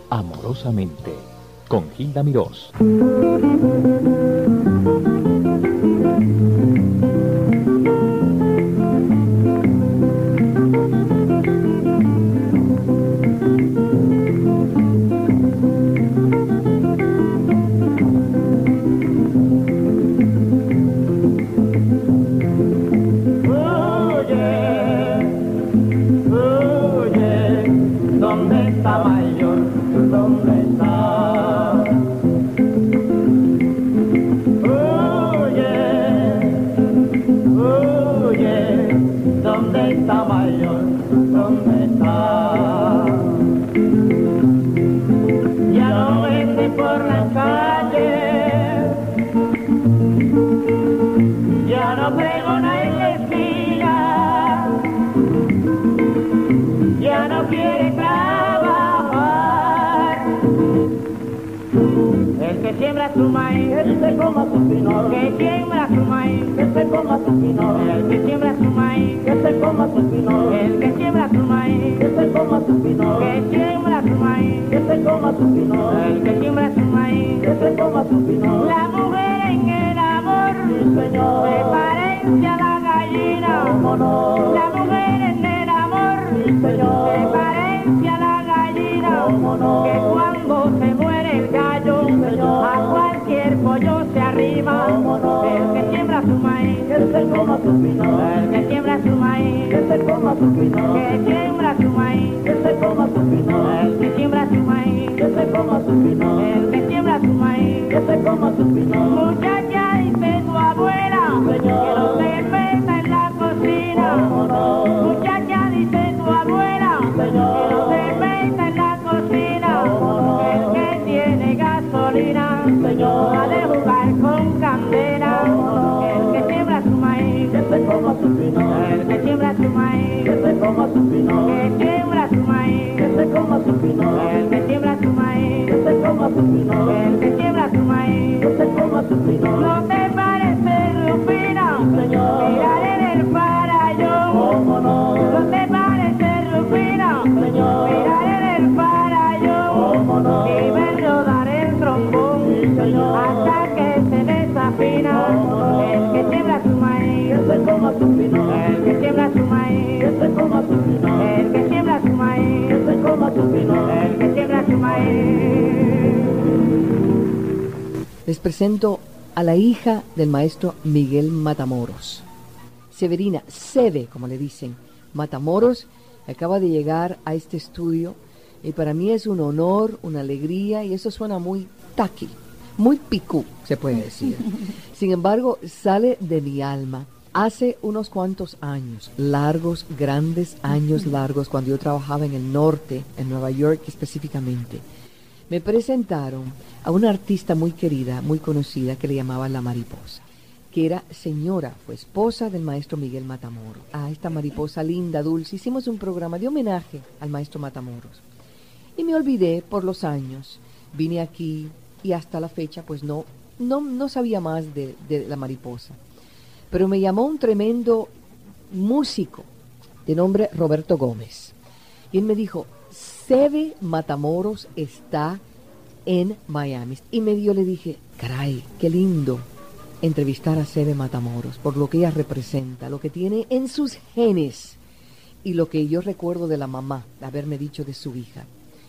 Amorosamente, con Gilda Mirós. Siembra su maíz, que se coma su pino. Que siembra su maíz, que se coma su pino. El que siembra su maíz, que se coma su pino. El que siembra su maíz, que se coma su pino. Que siembra su maíz, que se coma su pino. El que siembra su maíz, que se coma su pino. La mujer en el amor, sí, señor, se parece a la gallina. ¿Cómo no? La mujer en el amor, sí, señor, se parece a la gallina. ¿Cómo no? Que cuando se muere el gallo, sí, señor, a cualquier pollo se arrima. ¿Cómo no? El que siembra su maíz, que se coma su pino. El que siembra su maíz, que se coma su pino. Que siembra su maíz, que se coma su pino. El que siembra su maíz, que se coma su pino. El que siembra su maíz, que se coma su pino. Muchacha, dice tu abuela, señor, que no se meta en la cocina. ¿Cómo no? Muchacha, dice tu abuela, señor, que no se meta en la cocina. ¿Cómo no? El que tiene gasolina, señor, ha de jugar con candela. ¿Cómo no? El que siembra su maíz, que se coma su pino. El que siembra su maíz, que se coma su pino. Que siembra su maíz, que se coma su pino. El que siembra su maíz, que se coma su pino. El que siembra su maíz, que se coma su pino. ¿No te parece, Rufina, señor, mirar en el farallón? ¿Cómo no? ¿No te parece, Rufina, señor, mirar en el farallón? ¿Cómo no? Y ver rodar el trombón, sí, señor, hasta que se desafina. ¿Cómo no? El que siembra su maíz, que se coma su pino. El que siembra su maíz, que se coma su pino. El que siembra su maíz, que se coma su pino. El que siembra su maíz. Les presento a la hija del maestro Miguel Matamoros, Severina, Seve, como le dicen, Matamoros. Acaba de llegar a este estudio y para mí es un honor, una alegría, y eso suena muy taqui, muy picú, se puede decir. Sin embargo, sale de mi alma. Hace unos cuantos años, largos, grandes años largos, cuando yo trabajaba en el norte, en Nueva York específicamente, me presentaron a una artista muy querida, muy conocida, que le llamaban La Mariposa, que era señora, fue esposa del maestro Miguel Matamoros. A esta mariposa linda, dulce, hicimos un programa de homenaje al maestro Matamoros. Y me olvidé por los años, vine aquí y hasta la fecha pues no sabía más de La Mariposa. Pero me llamó un tremendo músico de nombre Roberto Gómez. Y él me dijo, Seve Matamoros está en Miami. Y yo le dije, caray, qué lindo entrevistar a Seve Matamoros por lo que ella representa, lo que tiene en sus genes y lo que yo recuerdo de la mamá, de haberme dicho de su hija.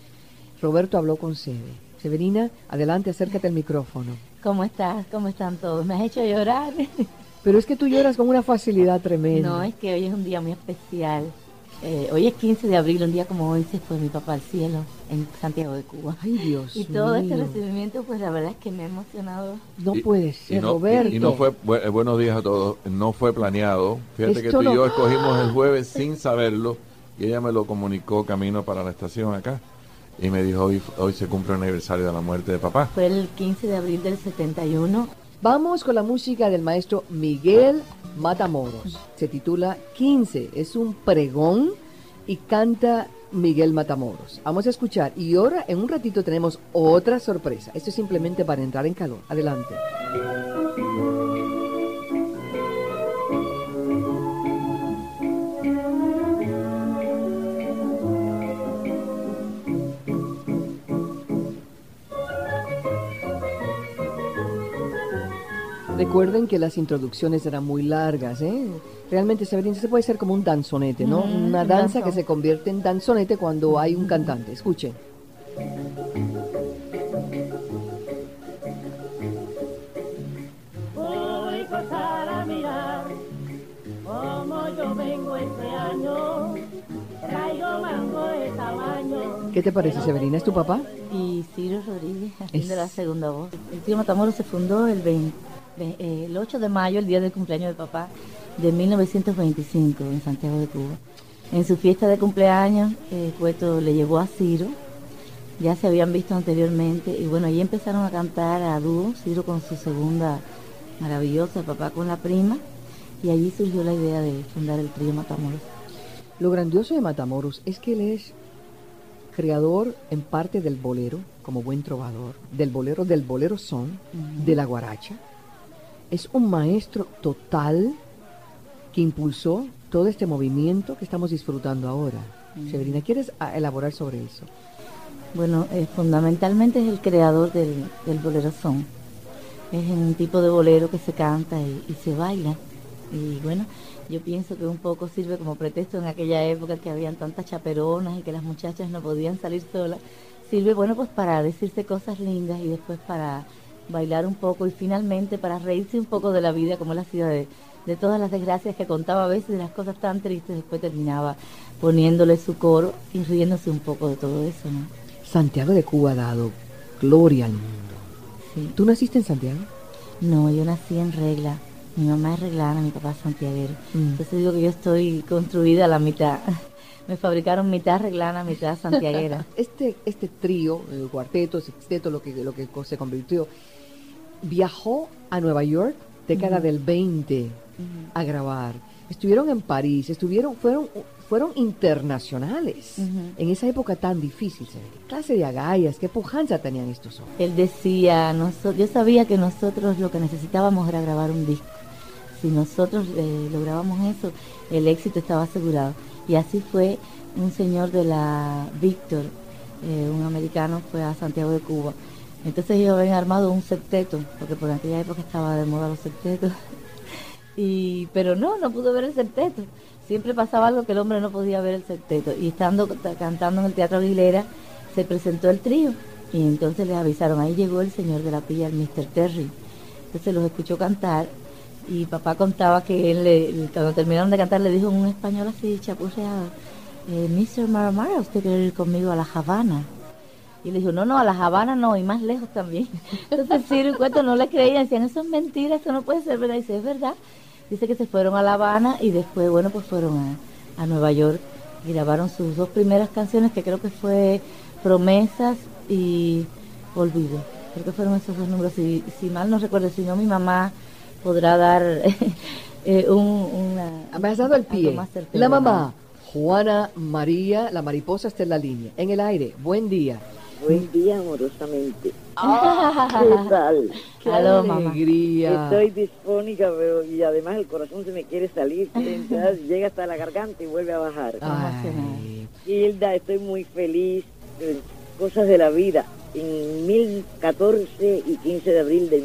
Roberto habló con Seve. Severina, adelante, acércate al micrófono. ¿Cómo estás? ¿Cómo están todos? Me has hecho llorar. Pero es que tú lloras con una facilidad tremenda. No, es que hoy es un día muy especial. Hoy es 15 de abril, un día como hoy se fue mi papá al cielo en Santiago de Cuba. Ay, Dios Y todo mío. este recibimiento, pues la verdad es que me ha emocionado. No puede ser, Roberto. Y no fue, buenos días a todos, no fue planeado. Fíjate Esto que tú y no- yo escogimos el jueves sin saberlo y ella me lo comunicó camino para la estación acá y me dijo, hoy se cumple el aniversario de la muerte de papá. Fue el 15 de abril del 71. Vamos con la música del maestro Miguel Matamoros. Se titula 15, es un pregón y canta Miguel Matamoros. Vamos a escuchar y ahora en un ratito tenemos otra sorpresa. Esto es simplemente para entrar en calor. Adelante. Recuerden que las introducciones eran muy largas, ¿eh? Realmente, Severina, se puede ser como un danzonete, ¿no? Una un danza danzón. que se convierte en danzonete cuando hay un cantante. Escuchen. Voy pasar a mirar como yo vengo este año. Traigo mango de tamaño. ¿Qué te parece, Severina? ¿Es tu papá? Y Ciro Rodríguez haciendo Es- la segunda voz. El trío Matamoros se fundó el 8 de mayo, el día del cumpleaños de papá, de 1925 en Santiago de Cuba. En su fiesta de cumpleaños, Cueto le llevó a Ciro, ya se habían visto anteriormente, y bueno, ahí empezaron a cantar a dúo, Ciro con su segunda maravillosa, papá con la prima, y allí surgió la idea de fundar el trío Matamoros. Lo grandioso de Matamoros es que él es creador en parte del bolero, como buen trovador, del bolero son, de la guaracha. Es un maestro total que impulsó todo este movimiento que estamos disfrutando ahora. Severina, ¿quieres elaborar sobre eso? Bueno, fundamentalmente es el creador del bolero son. Es un tipo de bolero que se canta y se baila. Y bueno, yo pienso que un poco sirve como pretexto en aquella época que habían tantas chaperonas y que las muchachas no podían salir solas. Sirve, bueno, pues para decirse cosas lindas y después para bailar un poco y finalmente para reírse un poco de la vida, como él hacía de todas las desgracias que contaba a veces, de las cosas tan tristes, después terminaba poniéndole su coro y riéndose un poco de todo eso, ¿no? Santiago de Cuba ha dado gloria al mundo. Sí. ¿Tú naciste en Santiago? No, yo nací en Regla. Mi mamá es reglana, mi papá es santiaguero. Entonces digo que yo estoy construida a la mitad. Me fabricaron mitad reglana, mitad santiaguera. Este trío, el cuarteto, sexteto, lo que se convirtió, viajó a Nueva York, década del 20, a grabar. Estuvieron en París, fueron internacionales en esa época tan difícil. ¿Qué clase de agallas, qué pujanza tenían estos hombres? Él decía, yo sabía que nosotros lo que necesitábamos era grabar un disco. Si nosotros lográbamos eso, el éxito estaba asegurado. Y así fue. Un señor de la Víctor, un americano, fue a Santiago de Cuba. Entonces ellos habían armado un septeto, porque por aquella época estaba de moda los septetos. Pero no pudo ver el septeto. Siempre pasaba algo que el hombre no podía ver el septeto. Y estando cantando en el Teatro Aguilera, se presentó el trío. Y entonces les avisaron, ahí llegó el señor de la pilla, el Mr. Terry. Entonces los escuchó cantar. Y papá contaba que él, cuando terminaron de cantar, le dijo en un español así chapurreado, Mr. Maramara, ¿usted quiere ir conmigo a La Habana? Y le dijo, no, a La Habana no, y más lejos también. Entonces Ciro y Cueto no le creían, decían, eso es mentira, eso no puede ser verdad. Y dice, es verdad. Dice que se fueron a La Habana y después, bueno, pues fueron a Nueva York y grabaron sus dos primeras canciones, que creo que fue Promesas y Olvido. Creo que fueron esos dos números, si mal no recuerdo, si no mi mamá podrá dar una... Me has dado el pie. más certero, La mamá, Juana María, la mariposa está en la línea. En el aire, buen día. Buen día, amorosamente. ¿Qué tal? ¡Qué Aló, mamá. alegría! Estoy disfónica, pero y además el corazón se me quiere salir. Entonces, llega hasta la garganta y vuelve a bajar. Ay, Hilda, estoy muy feliz. Cosas de la vida. En 14 y 15 de abril de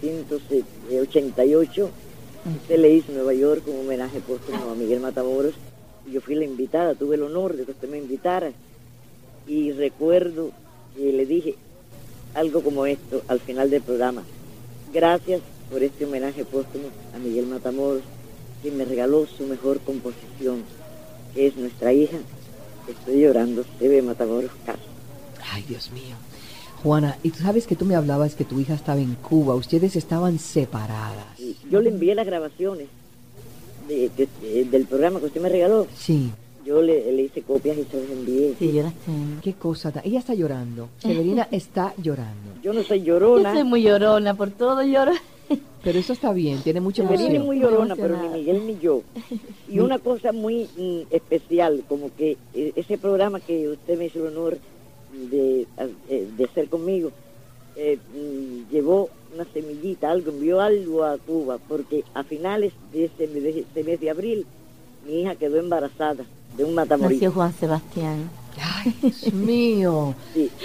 1988, usted le hizo Nueva York un homenaje póstumo a Miguel Matamoros. Y yo fui la invitada, tuve el honor de que usted me invitara. Y recuerdo que le dije algo como esto al final del programa. Gracias por este homenaje póstumo a Miguel Matamoros, que me regaló su mejor composición, que es nuestra hija. Estoy llorando, se ve Matamoros Castro. ay, Dios mío. Juana, y tú sabes que tú me hablabas que tu hija estaba en Cuba, ustedes estaban separadas. Y yo le envié las grabaciones del programa que usted me regaló. Sí, Yo le hice copias y se las envié. Sí, yo las tengo. qué cosa. Ella está llorando. Severina está llorando. Yo no soy Yo llorona. soy muy llorona, por todo lloro. Pero eso está bien, tiene mucha Severina es emoción. muy Muy llorona, pero ni emocionada. Miguel ni yo. Y una cosa muy especial, como que ese programa que usted me hizo el honor de hacer conmigo, llevó una semillita, envió algo a Cuba, porque a finales de este mes de abril, mi hija quedó embarazada de un Nació matamorí. Juan Sebastián. Ay, Dios mío. Sí.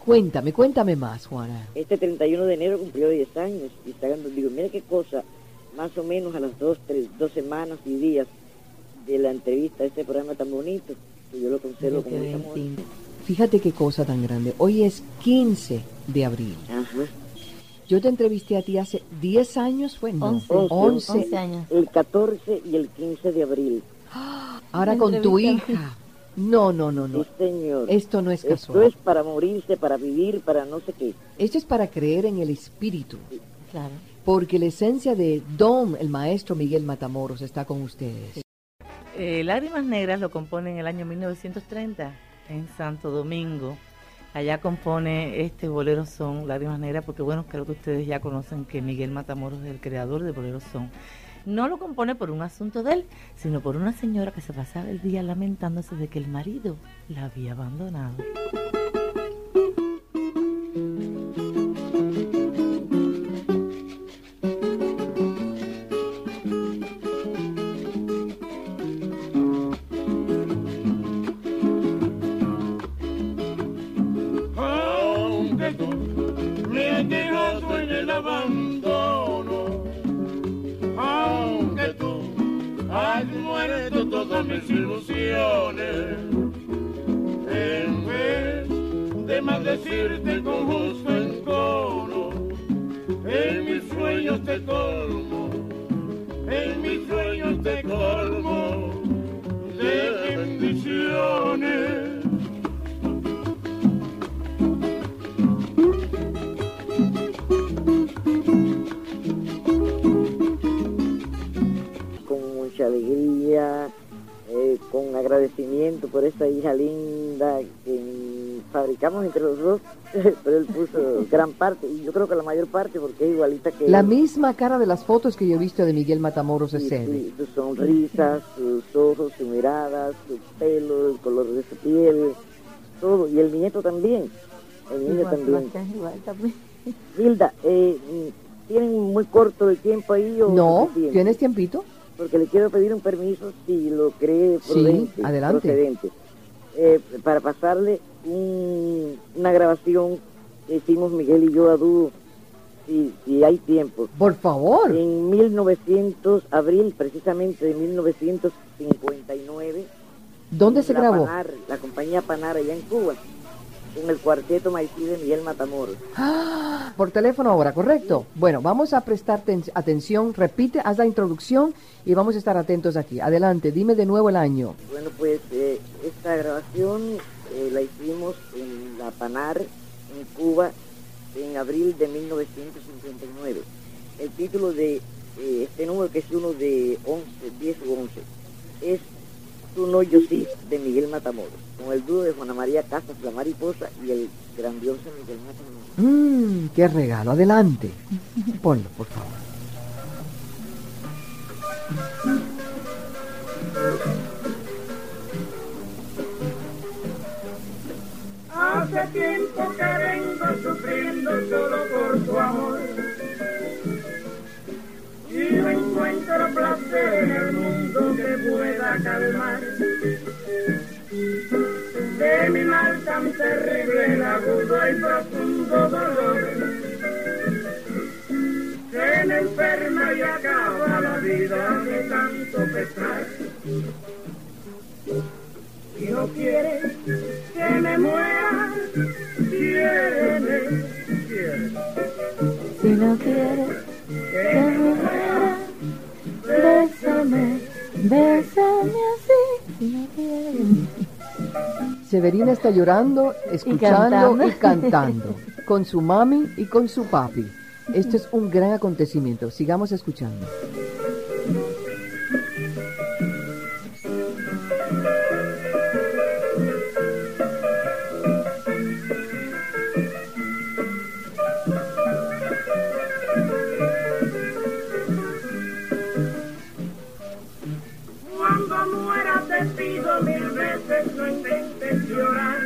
Cuéntame más, Juana. Este 31 de enero cumplió 10 años y está dando, digo, mira qué cosa, más o menos a las 2 semanas y días de la entrevista a este programa tan bonito, que yo lo conservo con mucho amor. Fíjate qué cosa tan grande. Hoy es 15 de abril. Ajá. Yo te entrevisté a ti hace 10 años, ¿fue? No, 11 años. El 14 y el 15 de abril. Ahora con tu Entrevista. hija. No. Sí, señor. Esto no es Esto casual. es para morirse, para vivir, para no sé qué. Esto es para creer en el espíritu. Claro. Porque la esencia de Don, el maestro Miguel Matamoros, está con ustedes. Lágrimas Negras lo compone en el año 1930 en Santo Domingo. Allá compone este bolero son, Lágrimas Negras, porque bueno, creo que ustedes ya conocen que Miguel Matamoros es el creador de bolero son. No lo compone por un asunto de él, sino por una señora que se pasaba el día lamentándose de que el marido la había abandonado. Aunque tú me has dejado en el abandono, aunque tú has muerto todas mis ilusiones, en vez de maldecirte con justo encono, en mis sueños te colmo, en mis sueños te colmo de bendiciones. Alegría, con agradecimiento por esa hija linda que fabricamos entre los dos, pero él puso gran parte, y yo creo que la mayor parte, porque es igualita que La él. misma cara de las fotos que yo he visto de Miguel Matamoros es Sí, él. sí, sus sonrisas, sus ojos, su mirada, su pelo, el color de su piel, todo, y el nieto también, el niño Igual, también. Sebastián, igual también. Hilda, ¿tienen muy corto el tiempo ahí o No, suficiente? ¿tienes tiempito? Porque le quiero pedir un permiso, si lo cree Sí, prudente, adelante. procedente, para pasarle una grabación que hicimos Miguel y yo a dúo, si hay tiempo. Por favor. En 1900, abril precisamente de 1959. ¿Dónde se la grabó? Panar, la compañía Panar allá en Cuba, con el cuarteto Maicí de Miguel Matamoros. Ah, por teléfono ahora, ¿correcto? Bueno, vamos a prestar atención. Repite, haz la introducción y vamos a estar atentos aquí. Adelante, dime de nuevo el año. Bueno, pues esta grabación la hicimos en la Panar, en Cuba, en abril de 1959. El título de este número, que es uno de 10 u 11, es Tú no, yo sí, de Miguel Matamoros, con el dúo de Juana María Casas, La Mariposa, y el grandioso Miguel Matamoros. Qué regalo. Adelante. Ponlo, por favor. Hace tiempo que vengo sufriendo solo por tu amor y no encuentro placer en el mundo que pueda calmar de mi mal tan terrible, el agudo y profundo dolor que me enferma y acaba la vida de tanto pesar. Si no quieres que me muera, quiéreme, quiéreme. Si no quieres que me muera, bésame, bésame así. Si no quieres. Severina está llorando, escuchando cantando. y cantando, con su mami y con su papi. Esto es un gran acontecimiento. Sigamos escuchando. Cuando muera te pido 1000 veces no intentes llorar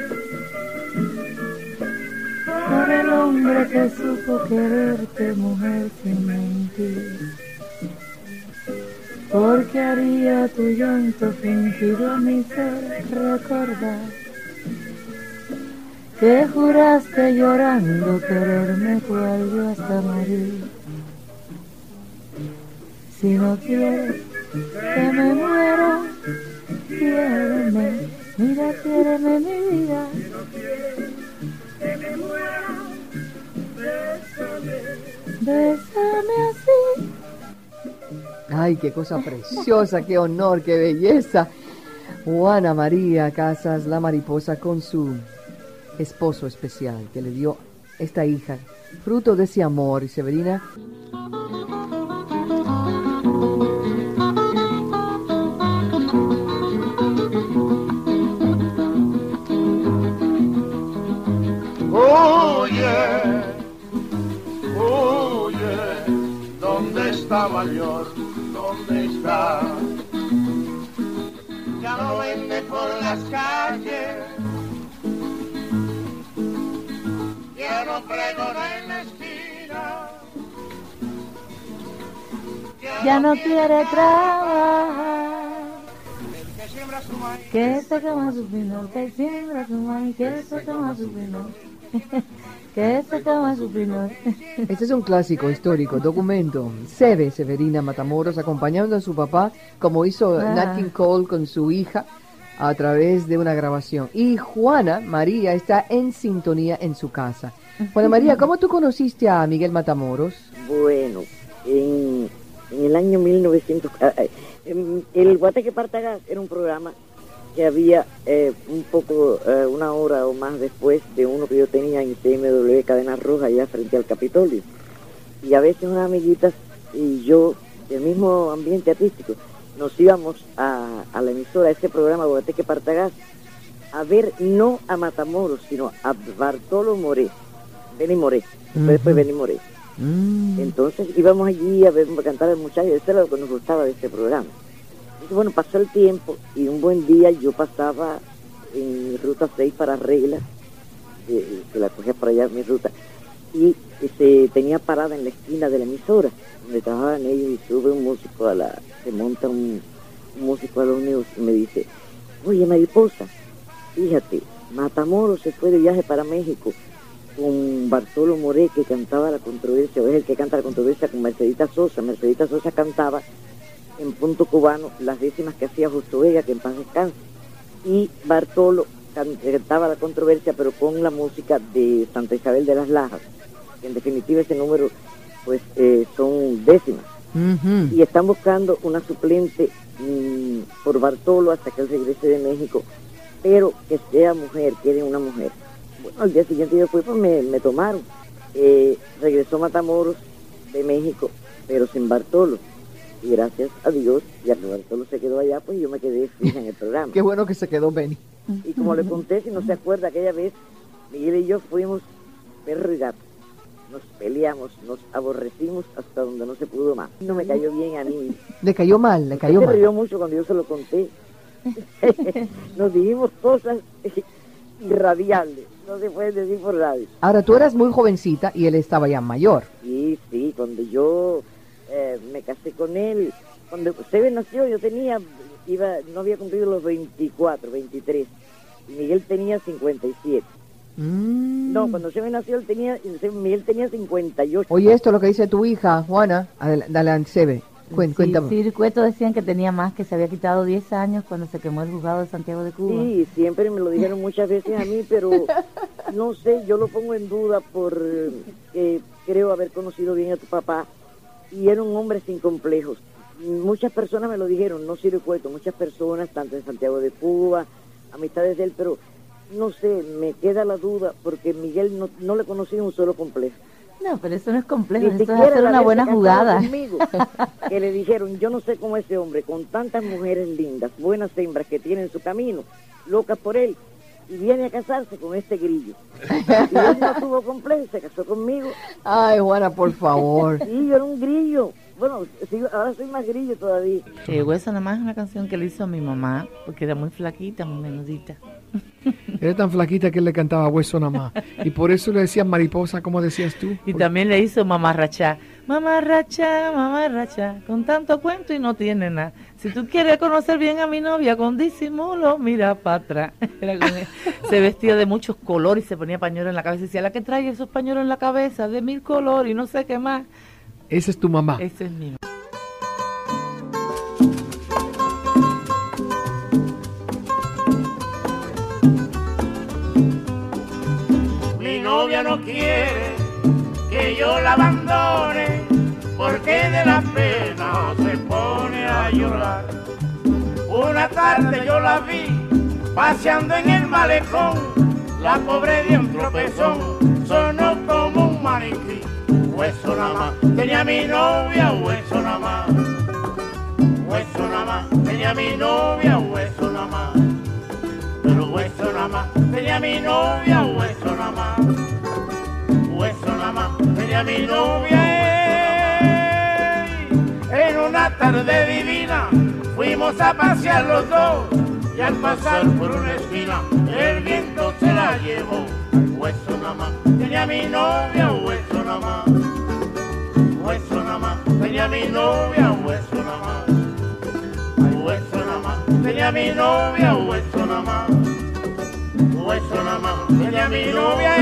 Por el hombre que supo quererte, mujer, sin mentir. Porque haría tu llanto fingido a mi ser recordar que juraste llorando quererme cual yo hasta morir. Si no quieres que me muera, quiéreme, mira, quiéreme mi vida. Si no quieres que me muera, bésame. Bésame así. Ay, qué cosa preciosa, qué honor, qué belleza. Juana María Casas, la mariposa, con su esposo especial que le dio esta hija, fruto de ese amor. Y Severina, Oye, ¿dónde está Mayor? ¿Dónde está? Ya no vende por las calles, ya no pregona en la esquina, Ya no quiere trabajar, el que siembra su maíz. que se coma su pino, que siembra su maíz, que se coma su pino, que se coma su pino. este es un clásico histórico, documento. Severina Matamoros acompañando a su papá, como hizo Nat King Cole con su hija, a través de una grabación. Y Juana María está en sintonía en su casa. Juana María, ¿cómo tú conociste a Miguel Matamoros? Bueno, en el año 1900, el Guateque Partagás era un programa que había una hora o más después de uno que yo tenía en CMW Cadena Roja, allá frente al Capitolio. Y a veces unas amiguitas y yo, del mismo ambiente artístico, nos íbamos a la emisora, a ese programa Guateque Partagás, a ver no a Matamoros, sino a Bartolo Moré, Benny Moré, después Benny Moré. Entonces íbamos allí a cantar al muchacho, eso era lo que nos gustaba de este programa. Entonces, bueno, pasó el tiempo y un buen día yo pasaba en mi ruta 6 para Regla, que la cogía por allá mi ruta, y tenía parada en la esquina de la emisora, donde trabajaban ellos, y sube un músico se monta un músico a los news y me dice, oye mariposa, fíjate, Matamoros se fue de viaje para México con Bartolo Moré, que cantaba La Controversia, o es el que canta La Controversia con Mercedita Sosa. Mercedita Sosa cantaba en punto cubano las décimas que hacía Justo Vega, que en paz descanse, y Bartolo cantaba La Controversia, pero con la música de Santa Isabel de las Lajas, que en definitiva ese número pues son décimas. Y están buscando una suplente por Bartolo hasta que él regrese de México, pero que sea mujer, quieren una mujer. Bueno, al día siguiente yo fui, pues me tomaron. Regresó Matamoros de México, pero sin Bartolo. Y gracias a Dios, ya que Bartolo se quedó allá, pues yo me quedé fija en el programa. Qué bueno que se quedó Benny. Y como le conté, si no se acuerda, aquella vez, Miguel y yo fuimos perro y gato. Nos peleamos, nos aborrecimos hasta donde no se pudo más. No me cayó bien a mí. Le cayó mal, le cayó Se mal. rió mucho cuando yo se lo conté. Nos dijimos cosas irradiables, no se puede decir por radio. Ahora, tú eras muy jovencita y él estaba ya mayor. Sí, cuando yo me casé con él, cuando Sebe nació yo no había cumplido los 24, 23, y Miguel tenía 57. No, cuando Sebe nació Miguel tenía 58. Oye, esto es lo que dice tu hija, Juana. Adelante, Sebe. Cuéntame. Sí, Circueto decían que tenía más, que se había quitado 10 años cuando se quemó el juzgado de Santiago de Cuba. Sí, siempre me lo dijeron muchas veces a mí, pero no sé, yo lo pongo en duda porque creo haber conocido bien a tu papá y era un hombre sin complejos. Muchas personas me lo dijeron, no Circueto, muchas personas, tanto en Santiago de Cuba, amistades de él, pero no sé, me queda la duda porque Miguel no le conocí un solo complejo. No, pero eso no es complejo, Ni eso es siquiera hacer la una vez buena que casaba jugada. conmigo, que le dijeron, yo no sé cómo ese hombre, con tantas mujeres lindas, buenas hembras que tiene en su camino, locas por él, y viene a casarse con este grillo. Y él no tuvo complejo, se casó conmigo. Ay, Juana, por favor. Sí, yo era un grillo. Bueno, sí, ahora soy más grillo todavía. Hueso nada más es una canción que le hizo a mi mamá, porque era muy flaquita, muy menudita. Era tan flaquita que él le cantaba Hueso nada más. Y por eso le decían mariposa, como decías tú. Y también le hizo mamarrachá, mamarracha, con tanto cuento y no tiene nada. Si tú quieres conocer bien a mi novia, con disimulo, mira para atrás. Se vestía de muchos colores y se ponía pañuelo en la cabeza. Y decía, la que trae esos pañuelos en la cabeza, de 1000 colores y no sé qué más. Esa es tu mamá. Ese es mi mamá. Mi novia no quiere que yo la abandone, porque de la pena se pone a llorar. Una tarde yo la vi paseando en el malecón, la pobre dio un tropezón, sonó como un maniquí. Hueso nada más tenía mi novia, hueso nada más. Hueso nada más tenía mi novia, hueso nada más. Pero hueso nada más tenía mi novia, hueso nada más. Hueso nada más tenía mi novia. En una tarde divina fuimos a pasear los dos, y al pasar por una esquina el viento se la llevó. Hueso nada más tenía mi novia, hueso nada más. Hueso nada más tenía mi novia, hueso nada más. Hueso nada más tenía mi novia, hueso nada más. Hueso nada más tenía mi novia.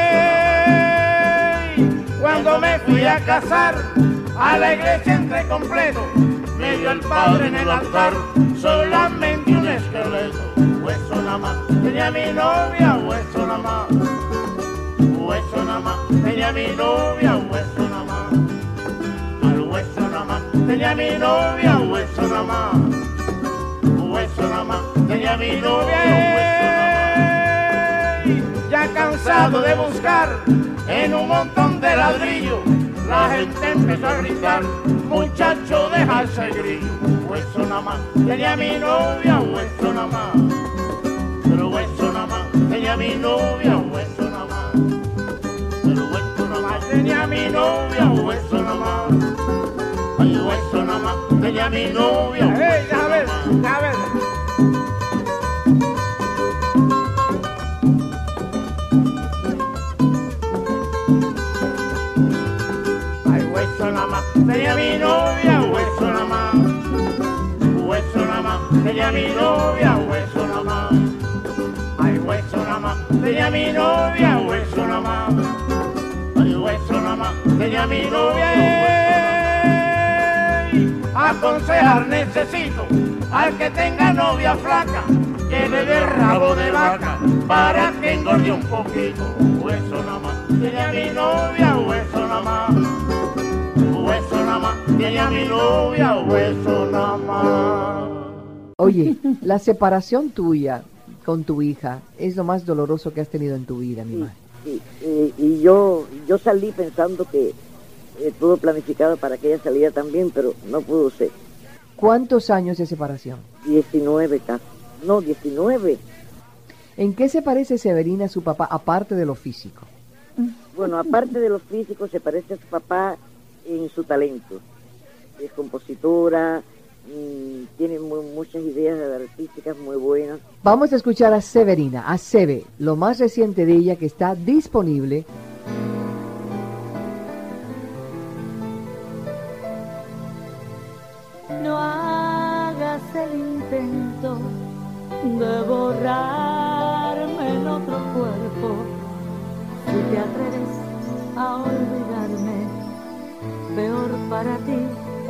Cuando me fui a casar, a la iglesia entré completo, me dio el padre en el altar solamente un esqueleto. Hueso nada más tenía mi novia, hueso nada más. Hueso nada más tenía mi novia, hueso nada más. Al hueso nada más tenía mi novia, hueso nada más. Hueso nada más tenía mi novia, hueso nada más. Ya cansado de buscar en un montón de ladrillos, la gente empezó a gritar, muchacho, deja ese grillo. Hueso nada más tenía mi novia, hueso nada más. Pero hueso nada más tenía mi novia, hueso nada más. Pero hueso nada más tenía mi novia, hueso nada más. Ay, hueso nada más tenía mi novia, hueso nada más. A ver. Hueso nada más tenía mi novia, hueso nada más. Hueso nada más tenía mi novia, hueso nada más. Ay, hueso nada más tenía mi novia, hueso nada más. Ay, hueso nada más tenía mi novia. Aconsejar necesito al que tenga novia flaca, que le dé rabo de vaca para que engorde un poquito. Hueso nada más tenía mi novia, hueso nada más. Hueso nada más tenía mi novia, hueso nada más. Oye, la separación tuya con tu hija es lo más doloroso que has tenido en tu vida, mi madre. Sí, y yo salí pensando que todo planificado para que ella saliera también, pero no pudo ser. ¿Cuántos años de separación? 19 casi. No, 19. ¿En qué se parece Severina a su papá, aparte de lo físico? Bueno, aparte de lo físico, se parece a su papá en su talento. Es compositora, tiene muchas ideas artísticas muy buenas. Vamos a escuchar a Severina, a Sebe, lo más reciente de ella que está disponible. No hagas el intento de borrarme en otro cuerpo. Si te atreves a olvidarme, peor para ti.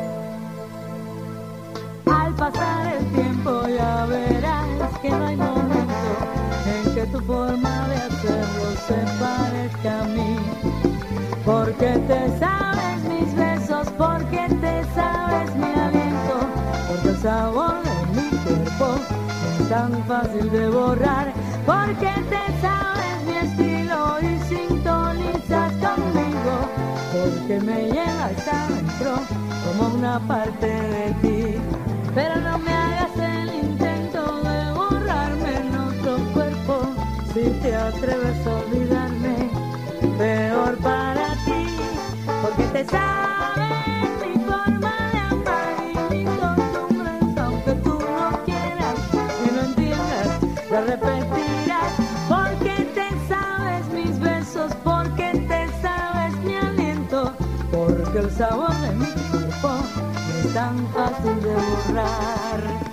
Al pasar el tiempo ya verás que no hay momento en que tu forma de hacerlo se parezca a mí. Porque te sabes mis besos, porque te sabes mi aliento, porque el sabor de mi cuerpo es tan fácil de borrar. Porque te sabes mi estilo y sintonizas conmigo, porque me llevas adentro como una parte de ti. Pero no me hagas el intento de borrarme en otro cuerpo. Si te atreves a olvidarme, peor para ti. Porque te sabes mi forma de amar y mis costumbres, aunque tú no quieras y no entiendas, la repetirás. Porque te sabes mis besos, porque te sabes mi aliento, porque que el sabor de mi cuerpo es tan fácil de borrar.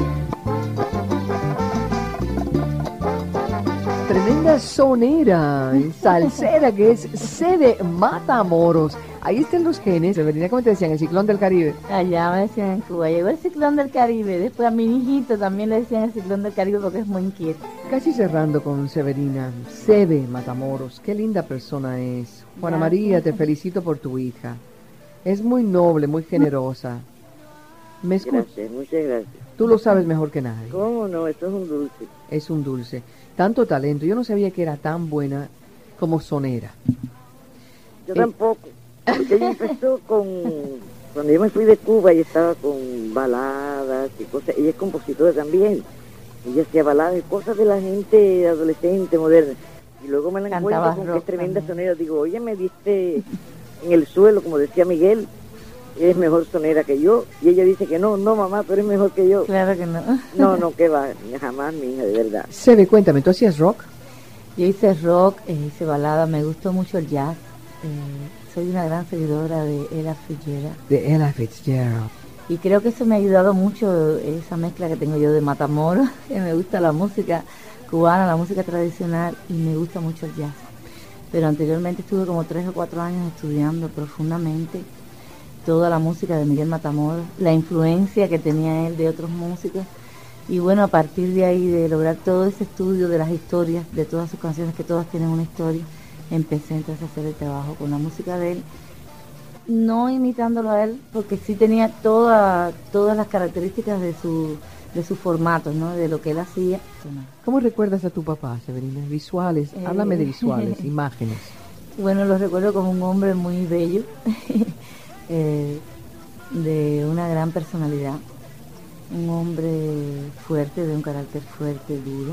Tremenda sonera, salsera que es Sebe Matamoros. Ahí están los genes, Severina, ¿cómo te decían? El ciclón del Caribe. Allá me decían en Cuba, llegó el ciclón del Caribe. Después a mi hijito también le decían el ciclón del Caribe porque es muy inquieto. Casi cerrando con Severina, Sebe Matamoros, qué linda persona es. Juana Gracias. María, te felicito por tu hija. Es muy noble, muy generosa. ¿Me escuchas? Gracias, muchas gracias. Tú lo sabes mejor que nadie. ¿Cómo no? Esto es un dulce. Es un dulce. Tanto talento. Yo no sabía que era tan buena como sonera. Yo tampoco. Porque ella empezó con... Cuando yo me fui de Cuba, ella estaba con baladas y cosas. Ella es compositora también. Ella hacía baladas y cosas de la gente adolescente, moderna. Y luego me la encuentro Cantaba con que rock es tremenda también. sonera. Digo, oye, me diste en el suelo, como decía Miguel. Es mejor sonera que yo. Y ella dice que no, mamá, tú eres mejor que yo. Claro que no. No, que va, jamás, mi hija, de verdad. Sebe, cuéntame, ¿tú hacías rock? Yo hice rock, hice balada, me gustó mucho el jazz. Soy una gran seguidora de Ella Fitzgerald. De Ella Fitzgerald. Y creo que eso me ha ayudado mucho, esa mezcla que tengo yo de Matamoros, que me gusta la música cubana, la música tradicional, y me gusta mucho el jazz. Pero anteriormente estuve como 3 o 4 años estudiando profundamente toda la música de Miguel Matamoros, la influencia que tenía él de otros músicos. Y bueno, a partir de ahí, de lograr todo ese estudio de las historias, de todas sus canciones, que todas tienen una historia, empecé entonces a hacer el trabajo con la música de él, no imitándolo a él, porque sí tenía todas las características de su formato, ¿no? De lo que él hacía. ¿Cómo recuerdas a tu papá, Severina? Visuales, háblame de visuales, imágenes. Bueno, lo recuerdo como un hombre muy bello, de una gran personalidad, un hombre fuerte, de un carácter fuerte, duro,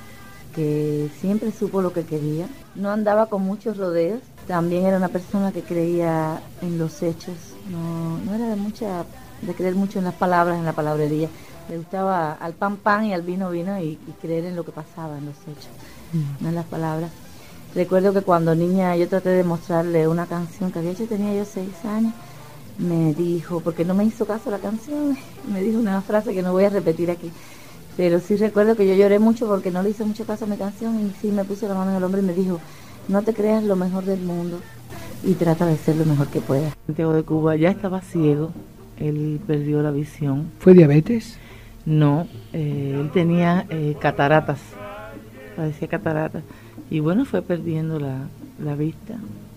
que siempre supo lo que quería, no andaba con muchos rodeos, también era una persona que creía en los hechos, no era de creer mucho en las palabras, en la palabrería, le gustaba al pan y al vino y creer en lo que pasaba, en los hechos, no en las palabras. Recuerdo que cuando niña yo traté de mostrarle una canción que había hecho, tenía yo 6 años, me dijo, porque no me hizo caso la canción, me dijo una frase que no voy a repetir aquí, pero sí recuerdo que yo lloré mucho porque no le hice mucho caso a mi canción y sí me puso la mano en el hombro y me dijo, no te creas lo mejor del mundo y trata de ser lo mejor que puedas. Santiago de Cuba ya estaba ciego, él perdió la visión. ¿Fue diabetes? No, él tenía cataratas, padecía cataratas y bueno, fue perdiendo la vista,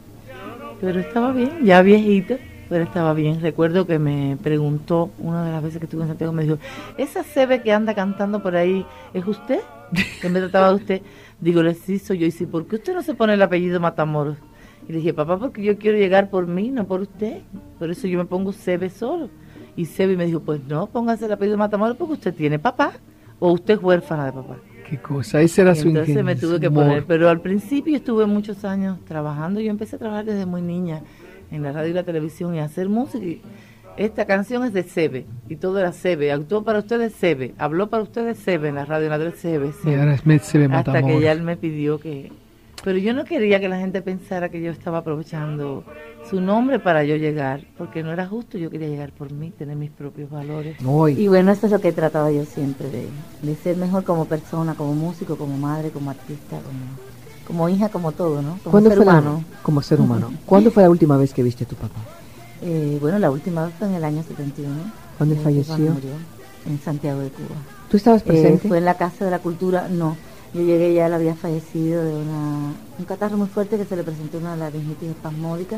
pero estaba bien, ya viejito, pero estaba bien. Recuerdo que me preguntó una de las veces que estuve en Santiago, me dijo, ¿esa Sebe que anda cantando por ahí es usted? Que me trataba de usted. Digo, sí, soy yo. Y sí, ¿por qué usted no se pone el apellido Matamoros? Y le dije, papá, porque yo quiero llegar por mí, no por usted. Por eso yo me pongo Sebe solo. Y Sebe me dijo, pues no, póngase el apellido Matamoros porque usted tiene papá o usted es huérfana de papá. Qué cosa, ese era su ingenio. Entonces me tuve que poner, pero al principio estuve muchos años trabajando. Yo empecé a trabajar desde muy niña en la radio y la televisión y a hacer música. Y esta canción es de Sebe y todo era Sebe. Actuó para ustedes Sebe, habló para ustedes Sebe en la radio, en la tele Sebe. Y ahora es Sebe hasta Matamoros. que ya él me pidió que... Pero yo no quería que la gente pensara que yo estaba aprovechando su nombre para yo llegar, porque no era justo. Yo quería llegar por mí, tener mis propios valores. Y bueno, eso es lo que he tratado yo siempre, de ser mejor como persona, como músico, como madre, como artista, como hija, como todo, ¿no? Como ser humano. Como ser humano. ¿Cuándo fue la última vez que viste a tu papá? Bueno, la última vez fue en el año 71. ¿Cuándo falleció? Murió, en Santiago de Cuba. ¿Tú estabas presente? Fue en la Casa de la Cultura, no. Yo llegué, ya él había fallecido de un catarro muy fuerte que se le presentó una laringitis espasmódica.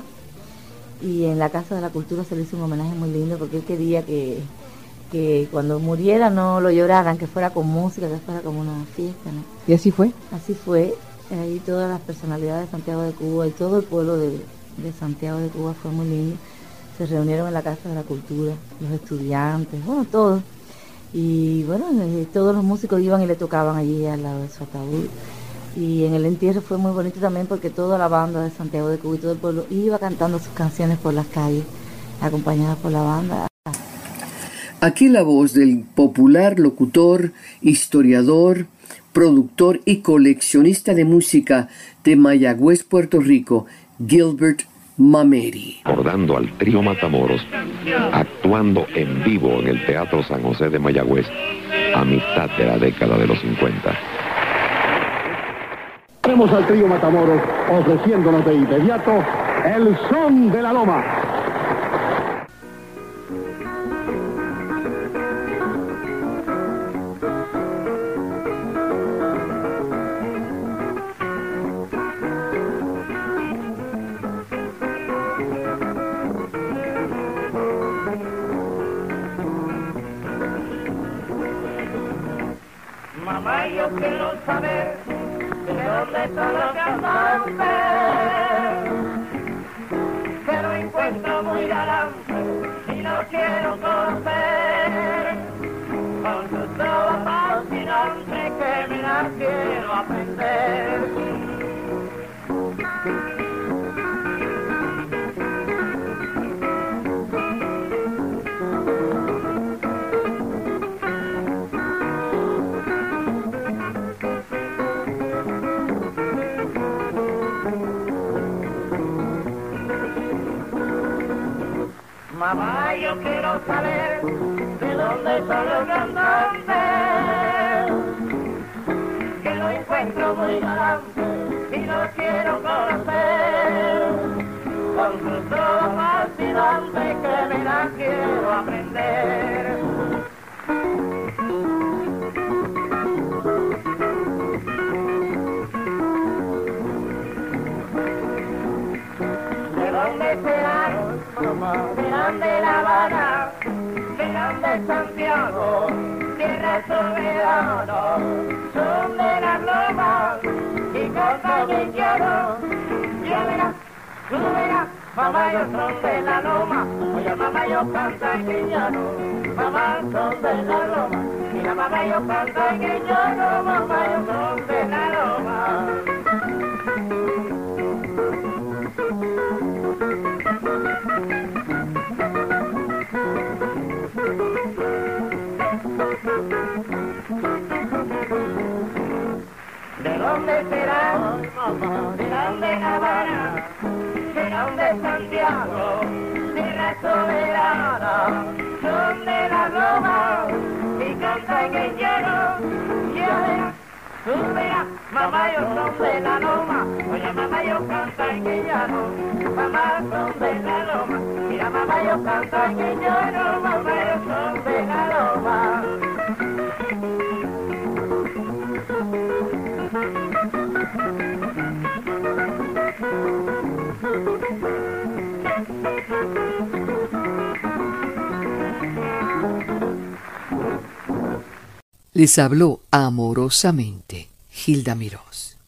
Y en la Casa de la Cultura se le hizo un homenaje muy lindo porque él quería que cuando muriera no lo lloraran, que fuera con música, que fuera como una fiesta, ¿no? ¿Y así fue? Así fue. Ahí todas las personalidades de Santiago de Cuba y todo el pueblo de Santiago de Cuba fue muy lindo. Se reunieron en la Casa de la Cultura, los estudiantes, bueno, todos. Y bueno, todos los músicos iban y le tocaban allí al lado de su ataúd. Y en el entierro fue muy bonito también porque toda la banda de Santiago de Cuba y todo el pueblo iba cantando sus canciones por las calles, acompañadas por la banda. Aquí la voz del popular locutor, historiador, productor y coleccionista de música de Mayagüez, Puerto Rico, Gilbert Mameri. Recordando al trío Matamoros, actuando en vivo en el Teatro San José de Mayagüez, a mitad de la década de los 50. Tenemos al trío Matamoros ofreciéndonos de inmediato el son de la loma. Mamá, yo quiero saber de dónde son los cantantes, que lo encuentro muy galante y no quiero conocer, con su trova fascinante que me la quiero aprender. Mamá, yo quiero saber de dónde son los cantantes, que lo encuentro muy galante y no quiero conocer, con su trova fascinante que me la quiero aprender. ¿De dónde serán? Serán de La Habana, serán de Santiago, tierra soberana, son de las lomas y cantan en llano. Ya verás, tú verás, mamá, yo son de la loma, oye mamá, yo cantan en llano, mamá, son de la loma, mira mamá, yo cantan en llano, mamá, yo son de la loma. ¿De dónde serán? Serán de La Habana, serán de Santiago, tierra soberana, son de la Roma y cantan en llano. Ya verás, tú verás, mamá, yo son de la loma, oye mamá, yo cantan en llano, mamá, son de la loma, mira mamá, yo cantan en llano, mamá, yo son de la loma. Les habló amorosamente Gilda Mirós.